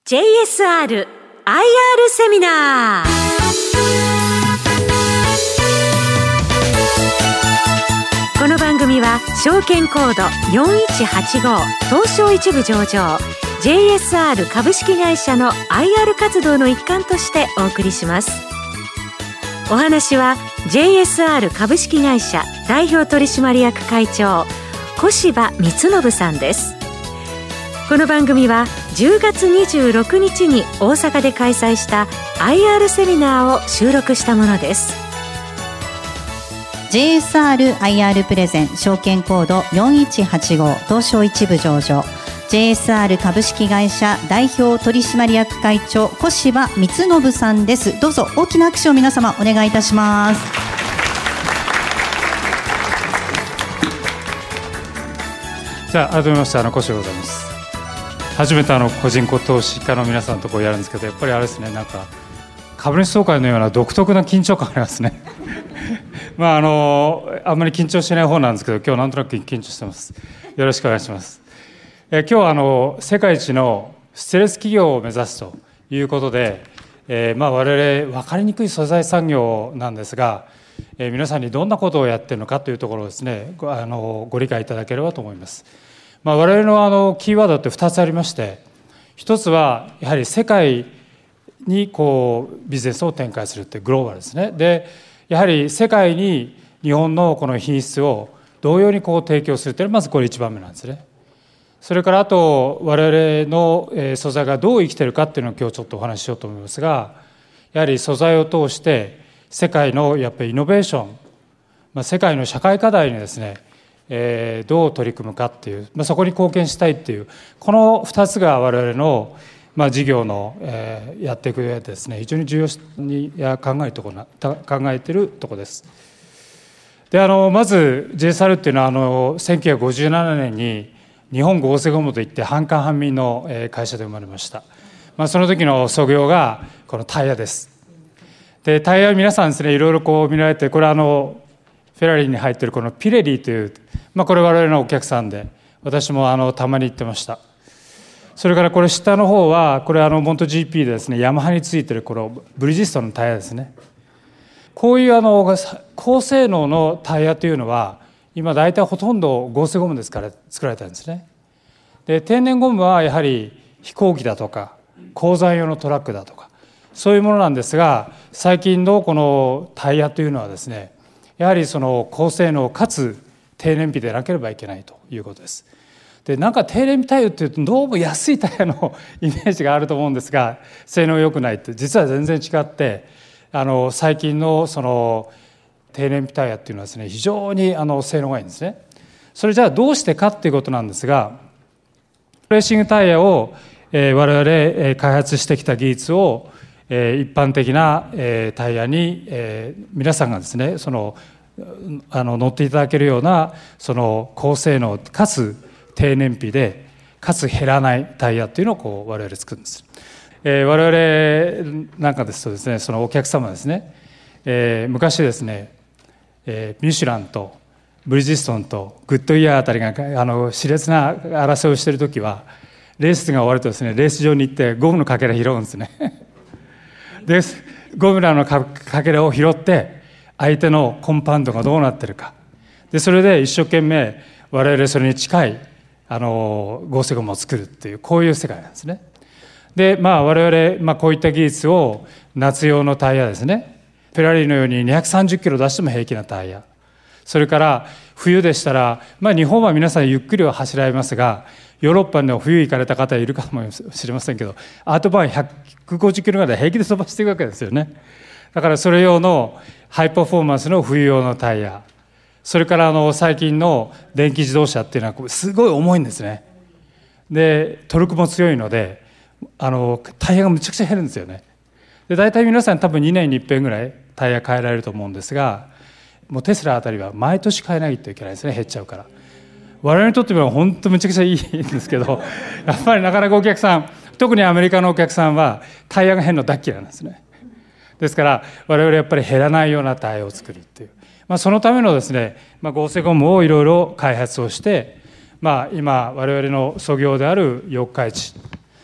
JSR IR セミナー。この番組は証券コード4185東証一部上場 JSR 株式会社の IR 活動の一環としてお送りします。お話は JSR 株式会社代表取締役会長小柴光信さんです。この番組は10月26日に大阪で開催した IR セミナーを収録したものです。 JSR IR プレゼン証券コード4185東証一部上場 JSR 株式会社代表取締役会長小柴光信さんです。どうぞ大きな拍手を皆様お願いいたします。 じゃあ改めまして小柴でございます。初めて個人投資家の皆さんとやるんですけど、やっぱりあれですね、なんか株主総会のような独特な緊張感がありますねあんまり緊張しない方なんですけど、今日なんとなく緊張してます。よろしくお願いします。今日は世界一のステルス企業を目指すということで、我々分かりにくい素材産業なんですが、皆さんにどんなことをやっているのかというところをですね、ご理解いただければと思います。我々のキーワードって2つありまして、一つはやはり世界にビジネスを展開するってグローバルですね。でやはり世界に日本のこの品質を同様に提供するというのはまずこれ一番目なんですね。それからあと我々の素材がどう生きているかっていうのを今日ちょっとお話ししようと思いますが、やはり素材を通して世界のやっぱりイノベーション、世界の社会課題にですねどう取り組むかっていう、そこに貢献したいっていう、この2つが我々の事業のやっていく上でですね、非常に重要に考えているところです。でまず JSR っていうのは1957年に日本合成ゴムといって半官半民の会社で生まれました。その時の創業がこのタイヤです。でタイヤは皆さんですね、いろいろ見られて、これフェラリーに入っているこのピレリという、これ我々のお客さんで、私もたまに行ってました。それからこれ下の方はこれモント GP でですね、ヤマハについているこのブリヂストンのタイヤですね。こういう高性能のタイヤというのは今大体ほとんど合成ゴムですから作られたんですね。で天然ゴムはやはり飛行機だとか鉱山用のトラックだとかそういうものなんですが、最近のこのタイヤというのはですね、やはり高性能かつ低燃費でなければいけないということです。でなんか低燃費タイヤっていうとどうも安いタイヤのイメージがあると思うんですが、性能良くないって実は全然違って、最近の低燃費タイヤっていうのはですね、非常に性能がいいんですね。それじゃあどうしてかっていうことなんですが、レーシングタイヤを我々開発してきた技術を一般的なタイヤに皆さんがですね乗っていただけるような高性能かつ低燃費でかつ減らないタイヤっていうのを我々作るんです。我々なんかですとですね、そのお客様ですね、昔ですねミシュランとブリヂストンとグッドイヤーあたりが熾烈な争いをしているときは、レースが終わるとですね、レース場に行ってゴムのかけら拾うんですねでゴムのかけらを拾って相手のコンパウンドがどうなっているかで、それで一生懸命我々それに近い合成ゴムを作るっていう、こういう世界なんですね。で我々、こういった技術を夏用のタイヤですね、フェラリーのように230キロ出しても平気なタイヤ、それから冬でしたら、日本は皆さんゆっくりは走られますが、ヨーロッパの冬行かれた方いるかもしれませんけど、アートバーン150キロぐらい平気で飛ばしていくわけですよね。だからそれ用のハイパフォーマンスの冬用のタイヤ、それから最近の電気自動車っていうのはすごい重いんですね。でトルクも強いのでタイヤがむちゃくちゃ減るんですよね。で大体皆さん多分2年に1遍ぐらいタイヤ変えられると思うんですが、もうテスラあたりは毎年変えないといけないですね、減っちゃうから。我々にとっては本当むちゃくちゃいいんですけど、やっぱりなかなかお客さん、特にアメリカのお客さんはタイヤが減るの大嫌いなんですね。ですから我々やっぱり減らないようなタイヤを作るっていう、そのためのですね、合成ゴムをいろいろ開発をして、今我々の創業である四日市、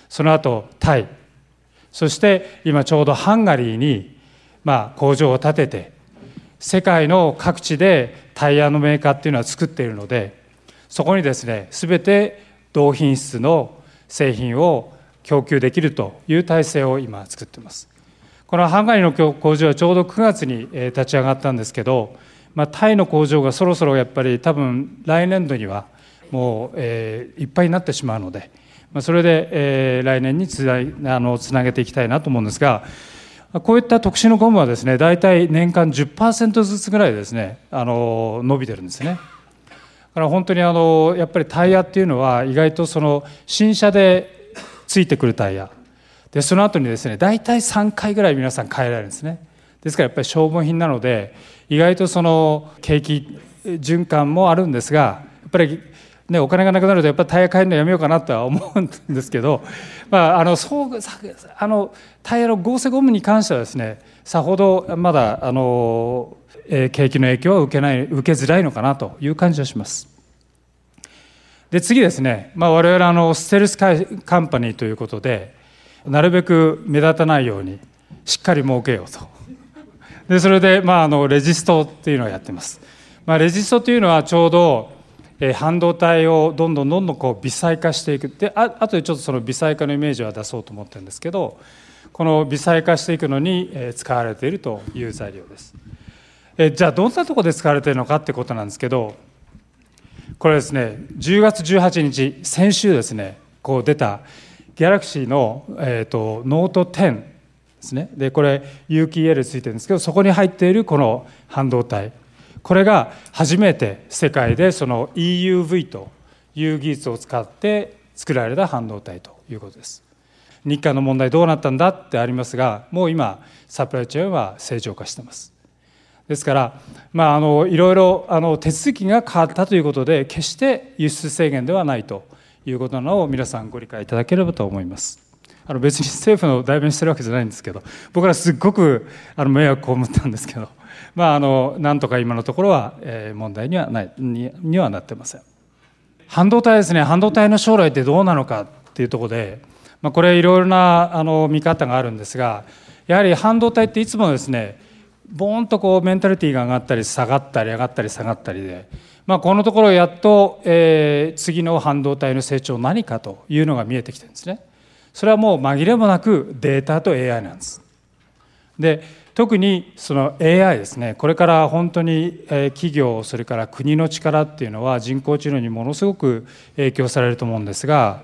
その後タイ、そして今ちょうどハンガリーに工場を建てて、世界の各地でタイヤのメーカーっていうのは作っているので、そこにですね、すべて同品質の製品を供給できるという体制を今作っています。このハンガリーの工場はちょうど9月に立ち上がったんですけど、タイの工場がそろそろやっぱり多分来年度にはもういっぱいになってしまうので、それで来年につなげていきたいなと思うんですが、こういった特殊のゴムはですね、大体年間 10% ずつぐらいですね、伸びてるんですね。だから本当にやっぱりタイヤっていうのは意外とその新車でついてくるタイヤで、その後にですね、大体3回ぐらい皆さん変えられるんですね。ですからやっぱり消耗品なので、意外とその景気循環もあるんですが、やっぱりね、お金がなくなるとやっぱりタイヤ変えるのやめようかなとは思うんですけど、タイヤの合成ゴムに関してはですね、さほどまだ景気の影響は受けづらいのかなという感じがします。で次ですね、我々ステルスカンパニーということで、なるべく目立たないようにしっかり儲けようと。でそれで、レジストっていうのをやっています。レジストというのはちょうど半導体をどんどんこう微細化していく。で後でちょっとその微細化のイメージは出そうと思ってるんですけど、この微細化していくのに使われているという材料です。じゃあどんなところで使われているのかってことなんですけど、これですね、10月18日先週ですね、こう出たギャラクシーの、ノート10ですね。でこれ有機 EL ついてるんですけど、そこに入っているこの半導体、これが初めて世界でその EUV という技術を使って作られた半導体ということです。日韓の問題どうなったんだってありますが、もう今サプライチェーンは正常化しています。ですから、いろいろ手続きが変わったということで、決して輸出制限ではないということなのを皆さんご理解いただければと思います。別に政府の代弁してるわけじゃないんですけど、僕らすっごく迷惑を被ったんですけど、なんとか今のところは問題にはなってません。半導体ですね、半導体の将来ってどうなのかっていうところで、これいろいろな見方があるんですが、やはり半導体っていつもですね、ボーンとこうメンタリティが上がったり下がったり上がったり下がったりで、このところやっと、次の半導体の成長何かというのが見えてきてるんですね。それはもう紛れもなくデータと AI なんです。で特にその AI ですね、これから本当に企業、それから国の力っていうのは人工知能にものすごく影響されると思うんですが、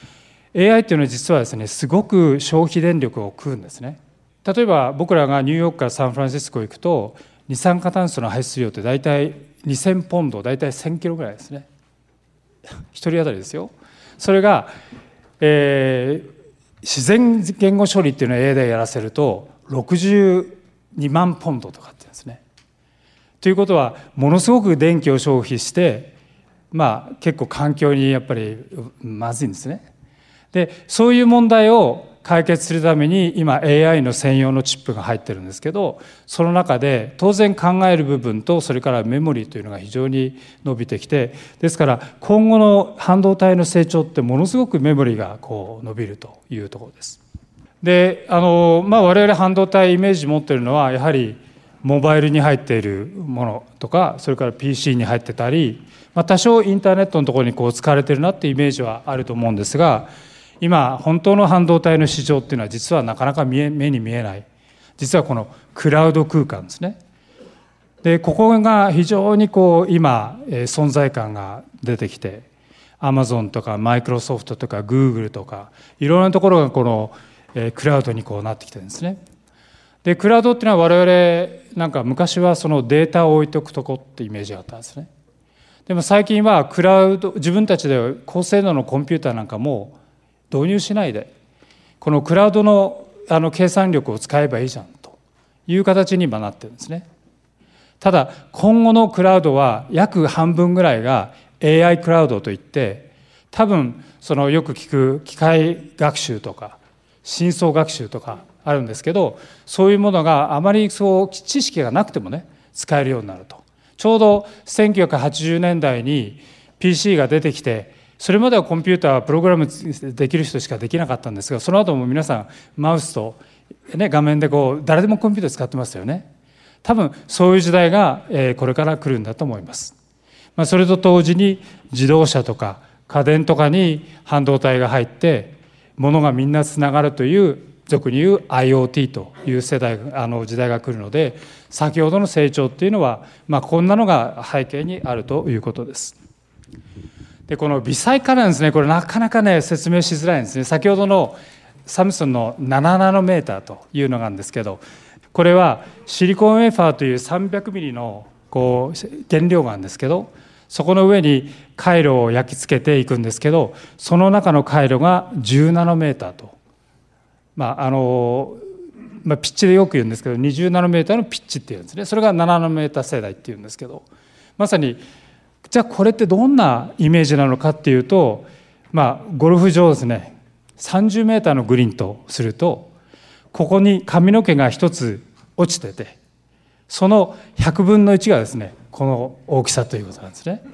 AI っていうのは実はですね、すごく消費電力を食うんですね。例えば僕らがニューヨークからサンフランシスコ行くと、二酸化炭素の排出量って大体2000ポンド、大体1000キロぐらいですね。一人当たりですよ。それが、自然言語処理っていうのを AI でやらせると62万ポンドとかって言うんですね。ということはものすごく電気を消費して、結構環境にやっぱりまずいんですね。でそういう問題を解決するために今 AI の専用のチップが入ってるんですけど、その中で当然考える部分とそれからメモリーというのが非常に伸びてきて、ですから今後の半導体の成長ってものすごくメモリーがこう伸びるというところです。で我々半導体イメージ持っているのはやはりモバイルに入っているものとか、それから PC に入ってたり、多少インターネットのところにこう使われてるなっていうイメージはあると思うんですが、今本当の半導体の市場っていうのは実はなかなか目に見えない、実はこのクラウド空間ですね。でここが非常にこう今存在感が出てきて、アマゾンとかマイクロソフトとかグーグルとかいろんなところがこのクラウドにこうなってきてるんですね。でクラウドっていうのは我々なんか昔はそのデータを置いとくとこってイメージがあったんですね。でも最近はクラウド、自分たちで高性能のコンピューターなんかも導入しないで、このクラウドの計算力を使えばいいじゃんという形に今なってるんですね。ただ今後のクラウドは約半分ぐらいが AI クラウドといって、多分そのよく聞く機械学習とか深層学習とかあるんですけど、そういうものがあまりそう知識がなくてもね使えるようになると。ちょうど1980年代に PC が出てきて、 それまではコンピューターはプログラムできる人しかできなかったんですが、その後も皆さんマウスと、画面で誰でもコンピューター使ってますよね。多分そういう時代がこれから来るんだと思います。それと同時に自動車とか家電とかに半導体が入って物がみんなつながるという俗に言う IoT という時代が来るので、先ほどの成長っていうのは、こんなのが背景にあるということです。でこの微細化なんですね。これなかなかね説明しづらいんですね。先ほどのサムスンの7ナノメーターというのがあるんですけど、これはシリコンウェーファーという300ミリの原料があるんですけど、そこの上に回路を焼き付けていくんですけど、その中の回路が10ナノメーターと、ピッチでよく言うんですけど20ナノメーターのピッチっていうんですね。それが7ナノメーター世代っていうんですけど、まさにじゃあこれってどんなイメージなのかっていうと、ゴルフ場ですね、30メーターのグリーンとすると、ここに髪の毛が一つ落ちてて、その100分の1がですねこの大きさということなんですね。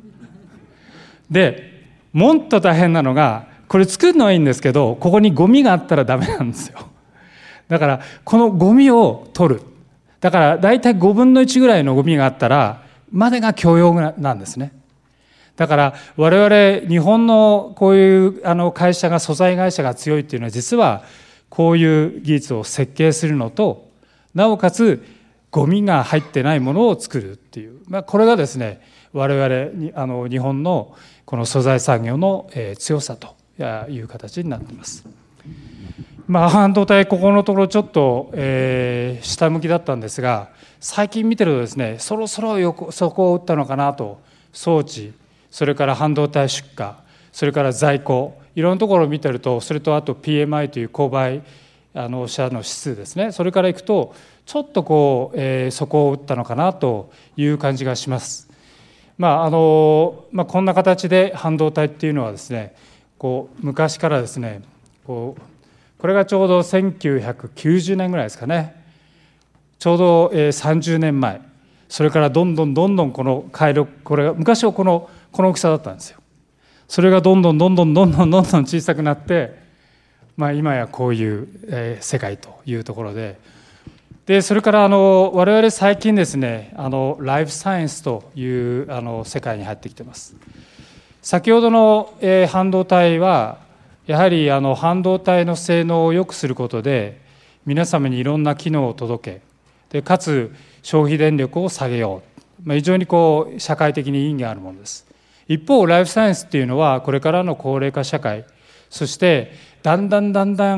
でもっと大変なのが、これ作るのはいいんですけど、ここにゴミがあったらダメなんですよ。だからこのゴミを取る、だからだいたい5分の1ぐらいのゴミがあったらまでが許容なんですね。だから我々日本のこういう会社が、素材会社が強いっていうのは、実はこういう技術を設計するのと、なおかつゴミが入ってないものを作るっていう、これがですね我々日本のこの素材産業の強さという形になっています。半導体ここのところちょっと下向きだったんですが、最近見てるとですね、そろそろ底を打ったのかなと。装置、それから半導体出荷、それから在庫、いろんなところを見てると、それとあと PMI という購買者の指数ですね、それからいくとちょっと底を打ったのかなという感じがします。こんな形で半導体っていうのはですね、昔からですね、これがちょうど1990年ぐらいですかね、ちょうど30年前、それからどんどんこの回路、これが昔はこの大きさだったんですよ。それがどんどん小さくなって、今やこういう世界というところで、それから我々最近ですね、ライフサイエンスという世界に入ってきています。先ほどの半導体はやはり半導体の性能を良くすることで皆様にいろんな機能を届け、でかつ消費電力を下げよう、非常に社会的に意義があるものです。一方ライフサイエンスっていうのはこれからの高齢化社会、そしてだんだん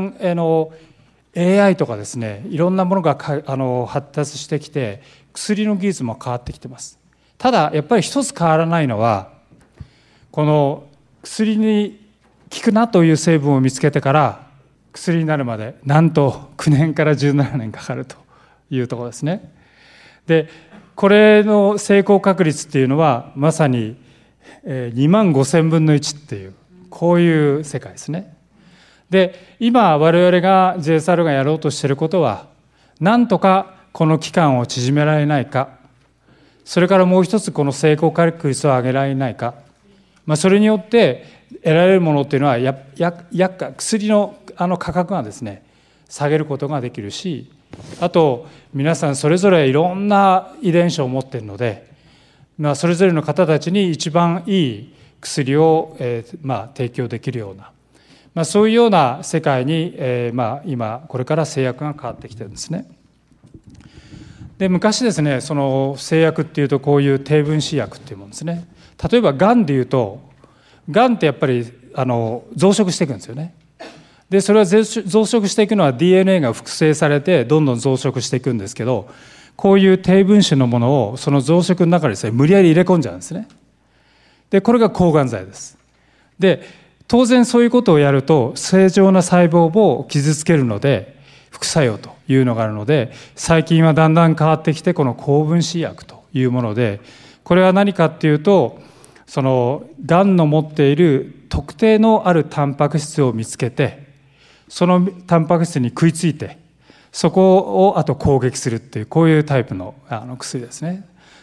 AI とかですね、いろんなものが発達してきて薬の技術も変わってきてます。ただやっぱり一つ変わらないのは、この薬に効くなという成分を見つけてから薬になるまでなんと9年から17年かかるというところですね。でこれの成功確率っていうのはまさに2万5000分の1っていう、こういう世界ですね。で今我々が JSR がやろうとしていることは、なんとかこの期間を縮められないか、それからもう一つこの成功確率を上げられないか、それによって得られるものっていうのは薬の価格がですね下げることができるし、あと皆さんそれぞれいろんな遺伝子を持っているので、それぞれの方たちに一番いい薬を提供できるような、そういうような世界に今これから製薬が変わってきてるんですね。で昔ですね、その製薬っていうとこういう低分子薬っていうものですね。例えばがんでいうと、がんってやっぱり増殖していくんですよね。でそれは増殖していくのは DNA が複製されてどんどん増殖していくんですけど、こういう低分子のものをその増殖の中にですね無理やり入れ込んじゃうんですね。でこれが抗がん剤です。で当然そういうことをやると正常な細胞を傷つけるので副作用というのがあるので、最近はだんだん変わってきてこの高分子薬というもので、これは何かっていうと、そのがんの持っている特定のあるタンパク質を見つけて、そのタンパク質に食いついてそこをあと攻撃するっていう、こういうタイプの薬ですね。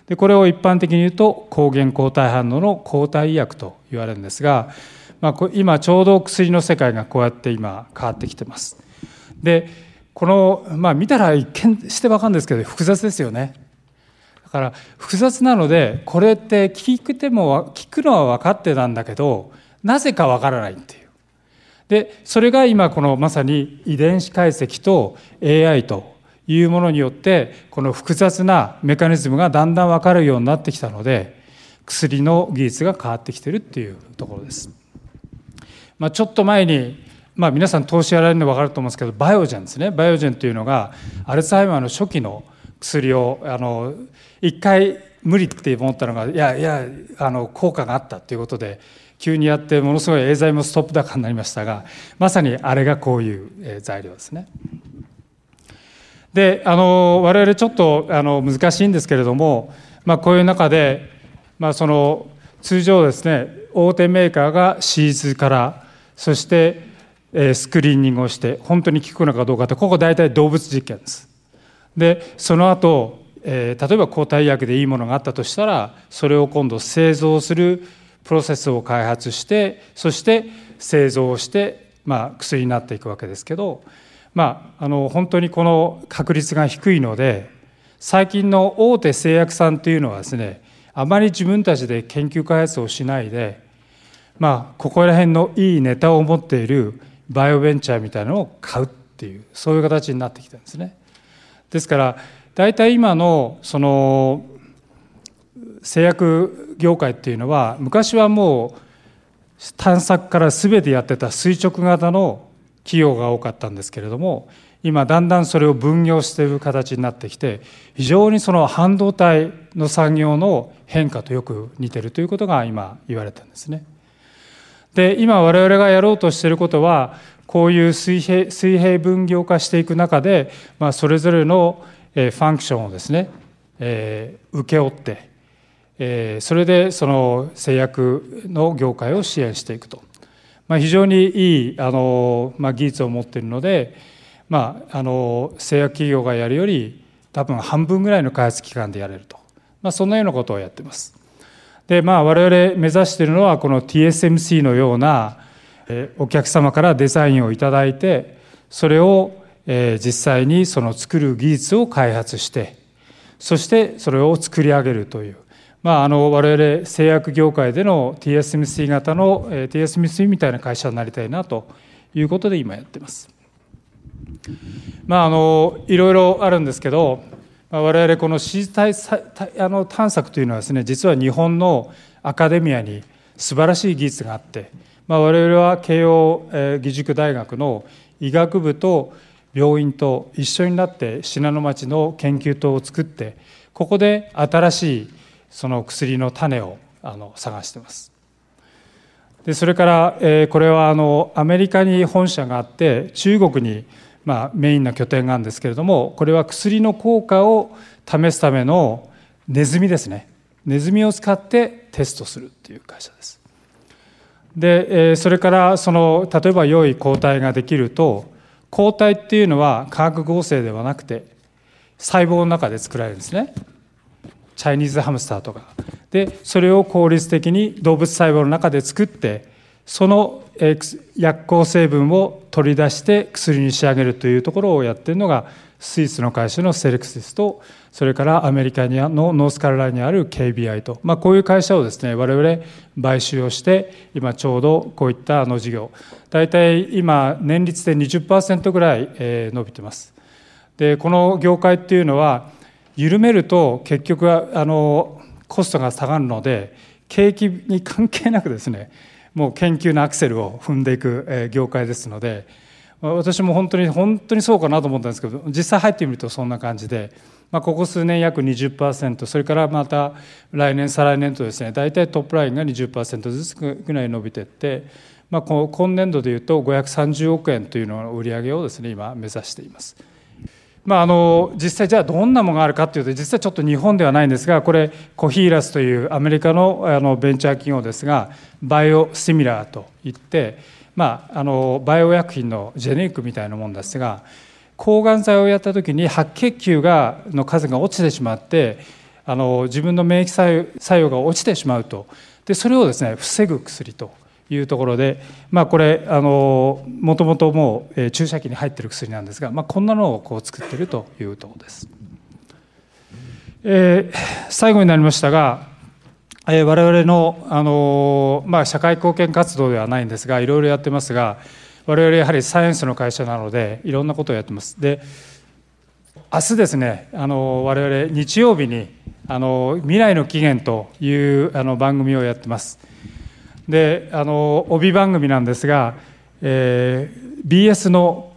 でこれを一般的に言うと抗原抗体反応の抗体医薬と言われるんですが、今ちょうど薬の世界がこうやって今変わってきてます。でこの、見たら一見して分かるんですけど複雑ですよね。だから複雑なのでこれって聞くのは分かってたんだけどなぜか分からないっていう。でそれが今このまさに遺伝子解析と AI というものによってこの複雑なメカニズムがだんだん分かるようになってきたので薬の技術が変わってきているっていうところです。ちょっと前に皆さん投資やられるの分かると思うんですけどバイオジェンですね。バイオジェンというのがアルツハイマーの初期の薬を一回無理って思ったのが効果があったということで急にやってものすごいエーザイもストップ高になりましたがまさにあれがこういう材料ですね。で我々ちょっと難しいんですけれども、こういう中で、その通常ですね大手メーカーがシーズからそしてスクリーニングをして本当に効くのかどうかってここ大体動物実験です。でその後、例えば抗体薬でいいものがあったとしたらそれを今度製造するプロセスを開発してそして製造して、薬になっていくわけですけど、本当にこの確率が低いので最近の大手製薬さんというのはですねあまり自分たちで研究開発をしないで、ここら辺のいいネタを持っているバイオベンチャーみたいなのを買うっていうそういう形になってきたんですね。ですから大体今のその製薬業界っていうのは昔はもう探索から全てやってた垂直型の企業が多かったんですけれども今だんだんそれを分業している形になってきて非常にその半導体の産業の変化とよく似ているということが今言われてるんですね。で今我々がやろうとしていることはこういう水平分業化していく中で、それぞれのファンクションをですね、請け負って、それでその製薬の業界を支援していくと、非常にいい技術を持っているので、製薬企業がやるより多分半分ぐらいの開発期間でやれると、そんなようなことをやっています。で我々目指しているのはこの TSMC のようなお客様からデザインをいただいてそれを実際にその作る技術を開発してそしてそれを作り上げるという我々製薬業界での TSMC 型の TSMC みたいな会社になりたいなということで今やっています。いろいろあるんですけど我々このシーズ探索というのはですね実は日本のアカデミアに素晴らしい技術があって我々は慶応義塾大学の医学部と病院と一緒になって信濃町の研究棟を作ってここで新しいその薬の種を探しています。でそれからこれはアメリカに本社があって中国にメインな拠点があるんですけれどもこれは薬の効果を試すためのネズミですね。ネズミを使ってテストするっていう会社です。でそれから例えば良い抗体ができると抗体っていうのは化学合成ではなくて細胞の中で作られるんですね。チャイニーズハムスターとかでそれを効率的に動物細胞の中で作ってその薬効成分を取り出して薬に仕上げるというところをやっているのがスイスの会社のセレクシスとそれからアメリカのノースカロライナにある KBI と、こういう会社をですね我々買収をして今ちょうどこういった事業大体今年率で 20% ぐらい伸びてます。でこの業界っていうのは緩めると結局はコストが下がるので景気に関係なくですねもう研究のアクセルを踏んでいく業界ですので私も本当にそうかなと思ったんですけど実際入ってみるとそんな感じで、ここ数年約 20% それからまた来年再来年とですね大体トップラインが 20% ずつぐらい伸びていって、今年度でいうと530億円というのの売り上げをですね今目指しています。実際じゃあどんなものがあるかというと実際ちょっと日本ではないんですがこれコヒーラスというアメリカのベンチャー企業ですがバイオシミラーといってバイオ薬品のジェネリックみたいなものですが抗がん剤をやった時に白血球の数が落ちてしまって自分の免疫作用が落ちてしまうと。でそれをですね防ぐ薬というところで、これもともともう注射器に入っている薬なんですが、こんなのをこう作っているというところです。最後になりましたが、我々の、社会貢献活動ではないんですが、いろいろやってますが、我々やはりサイエンスの会社なのでいろんなことをやってます。で明日ですね、我々日曜日に未来の起源という番組をやってます。で帯番組なんですが、BS の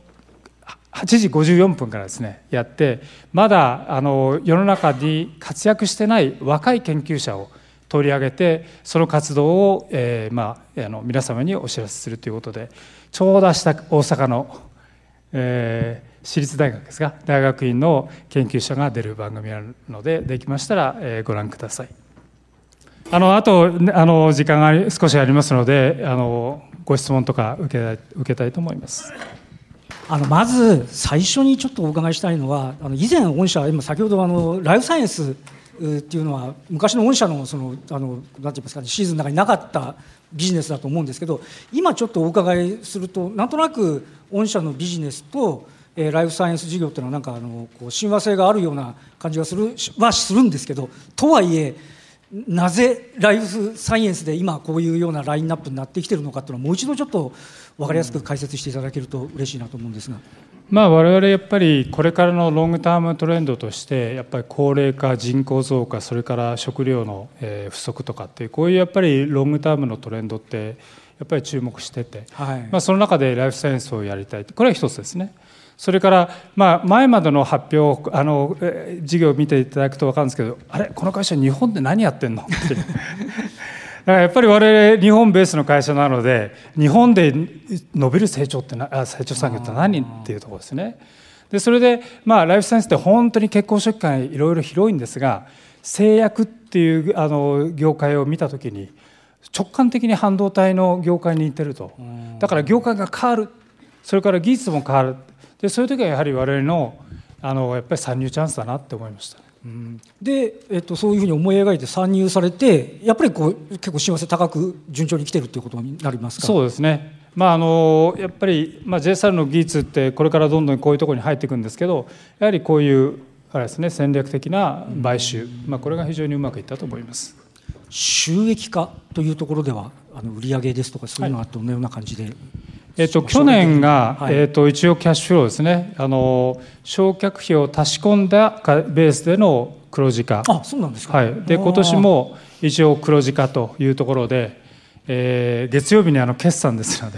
8時54分からですねやって、まだ世の中に活躍してない若い研究者を取り上げて、その活動を、皆様にお知らせするということで、ちょうど明日大阪の、私立大学ですが、大学院の研究者が出る番組なので、できましたら、ご覧ください。あと時間が少しありますので、ご質問とか受けたいと思います。 まず最初にちょっとお伺いしたいのは、以前御社、今先ほどライフサイエンスっていうのは昔の御社のなんて言いますかね、シーズンの中になかったビジネスだと思うんですけど、今ちょっとお伺いすると、なんとなく御社のビジネスとライフサイエンス事業っていうのはこう親和性があるような感じがするんですけど、とはいえなぜライフサイエンスで今こういうようなラインナップになってきているのかというのは、もう一度ちょっと分かりやすく解説していただけると嬉しいなと思うんですが。 我々やっぱりこれからのロングタームトレンドとして、やっぱり高齢化、人口増加、それから食料の不足とかっていう、こういうやっぱりロングタームのトレンドってやっぱり注目してて、その中でライフサイエンスをやりたい、これは一つですね。それから、前までの発表事業を見ていただくと分かるんですけど、あれこの会社日本で何やってんのってだからやっぱり我々日本ベースの会社なので、日本で伸びる成長産業って何っていうところですね。でそれで、ライフサイエンスって本当に血行食感いろいろ広いんですが、製薬っていう業界を見たときに直感的に半導体の業界に似てると。だから業界が変わる、それから技術も変わる。でそういう時はやはり我々のやっぱり参入チャンスだなって思いました。 で、そういうふうに思い描いて参入されて、やっぱり結構親和性高く順調に来てるっていうことになりますか。 そうですね、やっぱり、JSR の技術ってこれからどんどんこういうところに入っていくんですけど、やはりこういうあれですね、戦略的な買収、これが非常にうまくいったと思います。 収益化というところでは売上ですとかそういうのはどのような感じで。 去年が、一応キャッシュフローですね、償却費を足し込んだベースでの黒字化。 そうなんですか。 で今年も一応黒字化というところで、月曜日に決算ですので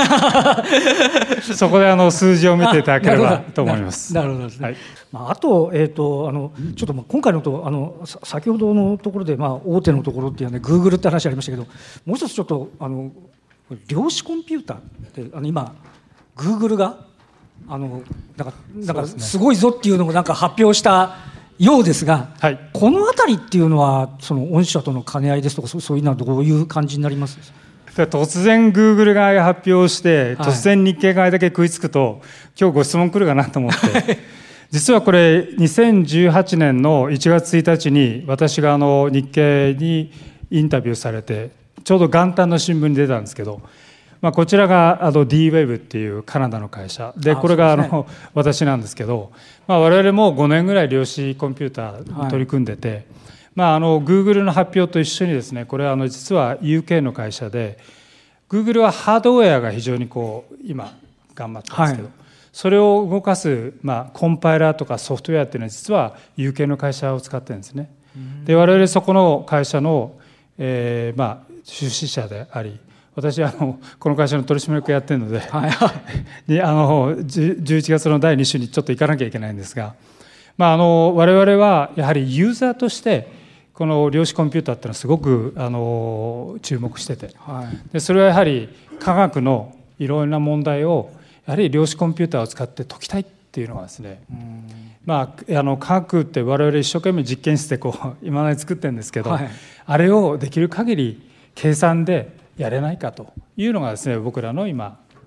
そこで数字を見ていただければと思います。 なるほどですね。あと、ちょっと今回のと先ほどのところで、大手のところっていうのは、グーグルって話ありましたけど、もう一つちょっと量子コンピューターって今グーグルがなんかすごいぞっていうのを発表したようですが、このあたりっていうのは御社との兼ね合いですとか、そういうのはどういう感じになります？ 突然グーグル側が発表して、突然日経側だけ食いつくと、今日ご質問来るかなと思って実はこれ2018年の1月1日に私が日経にインタビューされて、ちょうど元旦の新聞に出たんですけど、こちらがD-Wave っていうカナダの会社で、これが私なんですけど、我々も5年ぐらい量子コンピューターに取り組んでて、Google の発表と一緒にですね、これは実は UK の会社で、Google はハードウェアが非常に今頑張ってるんですけど、それを動かすコンパイラーとかソフトウェアっていうのは実は UK の会社を使ってるんですね。で我々そこの会社の出資者であり、私はこの会社の取締役やってるので、11月の第2週にちょっと行かなきゃいけないんですが、我々はやはりユーザーとしてこの量子コンピューターっていうのはすごく注目してて、でそれはやはり科学のいろんな問題をやはり量子コンピューターを使って解きたいっていうのはですね、科学って我々一生懸命実験室で今まで作ってるんですけど、あれをできる限り計算でやれないかというのがですね、僕らの今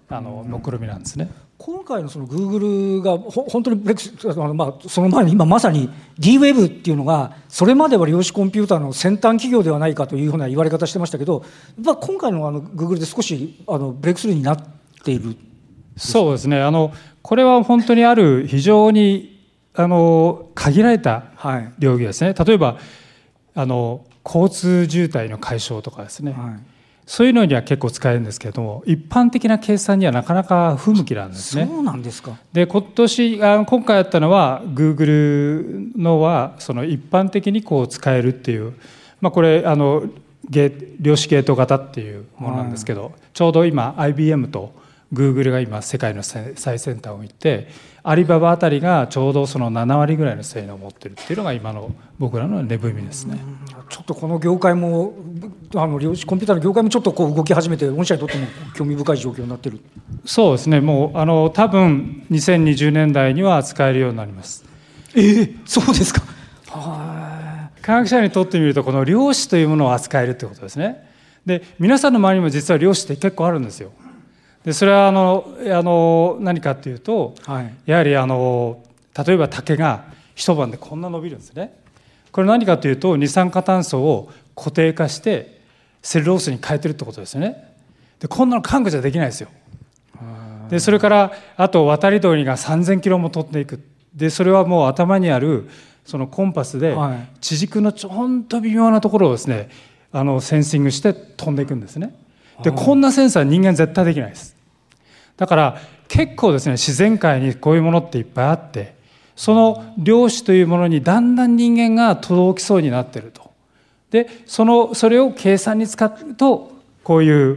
目論見なんですね。 今回のその Google が本当にブレックその前に今まさに D-Web っていうのがそれまでは量子コンピューターの先端企業ではないかというふうな言われ方してましたけど、やっぱ今回のGoogle で少しブレイクスルーになっている。 そうですね。これは本当にある非常に限られた領域ですね。例えば交通渋滞の解消とかですね、そういうのには結構使えるんですけれども、一般的な計算にはなかなか不向きなんですね。 そうなんですか。 で今回やったのは Google のはその一般的に使えるっていう、これ量子ゲート型っていうものなんですけど、ちょうど今 IBM と Google が今世界の最先端を行って、アリババあたりがちょうどその7割ぐらいの性能を持ってるっていうのが今の僕らのレブミですね。 ちょっとこの業界も量子コンピューターの業界もちょっと動き始めて、御社にとっても興味深い状況になっている。 そうですね。もう多分2020年代には使えるようになります。 そうですか。 科学者にとってみると、この量子というものを扱えるということですね。で皆さんの周りにも実は量子って結構あるんですよ。でそれは何かというと、やはり例えば竹が一晩でこんな伸びるんですね。これ何かというと、二酸化炭素を固定化してセルロースに変えてるってことですよね。でこんなの科学じゃできないですよ。でそれからあと渡り鳥が3000キロも飛んでいく。でそれはもう頭にあるそのコンパスで地軸のちょんと微妙なところをですね、センシングして飛んでいくんですね。でこんなセンサー人間絶対できないです。だから結構ですね、自然界にこういうものっていっぱいあって、その量子というものにだんだん人間が届きそうになっていると。でそれを計算に使うと、こういう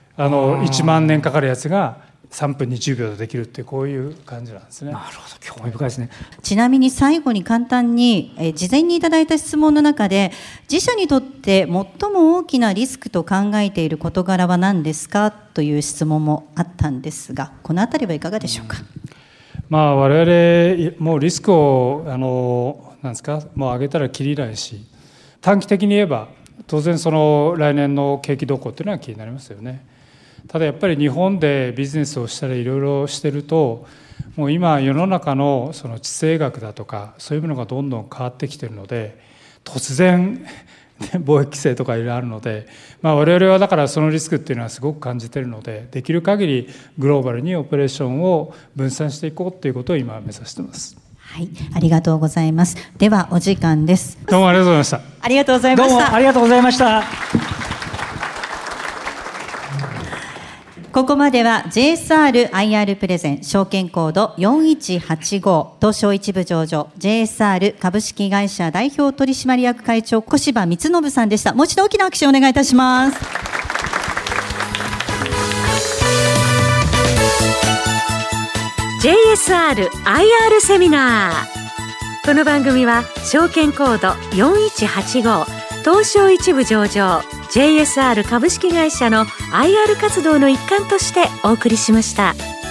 1万年かかるやつが3分20秒でできるっていう、こういう感じなんですね。 なるほど、興味深いですね。 ちなみに最後に簡単に、事前にいただいた質問の中で、自社にとって最も大きなリスクと考えている事柄は何ですかという質問もあったんですが、このあたりはいかがでしょうか。 我々もうリスクをなんですか、もう上げたらきりないし、短期的に言えば当然その来年の景気動向っていうのは気になりますよね。ただやっぱり日本でビジネスをしたりいろいろしてると、もう今世の中のその地政学だとかそういうものがどんどん変わってきているので、突然貿易規制とかいろいろあるので、我々はだからそのリスクっていうのはすごく感じているので、できる限りグローバルにオペレーションを分散していこうということを今目指しています。 はい、ありがとうございます。ではお時間です。 どうもありがとうございました。 ありがとうございました。 どうもありがとうございました。 ここまでは JSR-IR プレゼン証券コード4185東証一部上場 JSR 株式会社代表取締役会長小柴光信さんでした。もう一度大きな拍手をお願いいたします。 JSR-IR セミナー。この番組は証券コード4185東証一部上場 JSR 株式会社の IR 活動の一環としてお送りしました。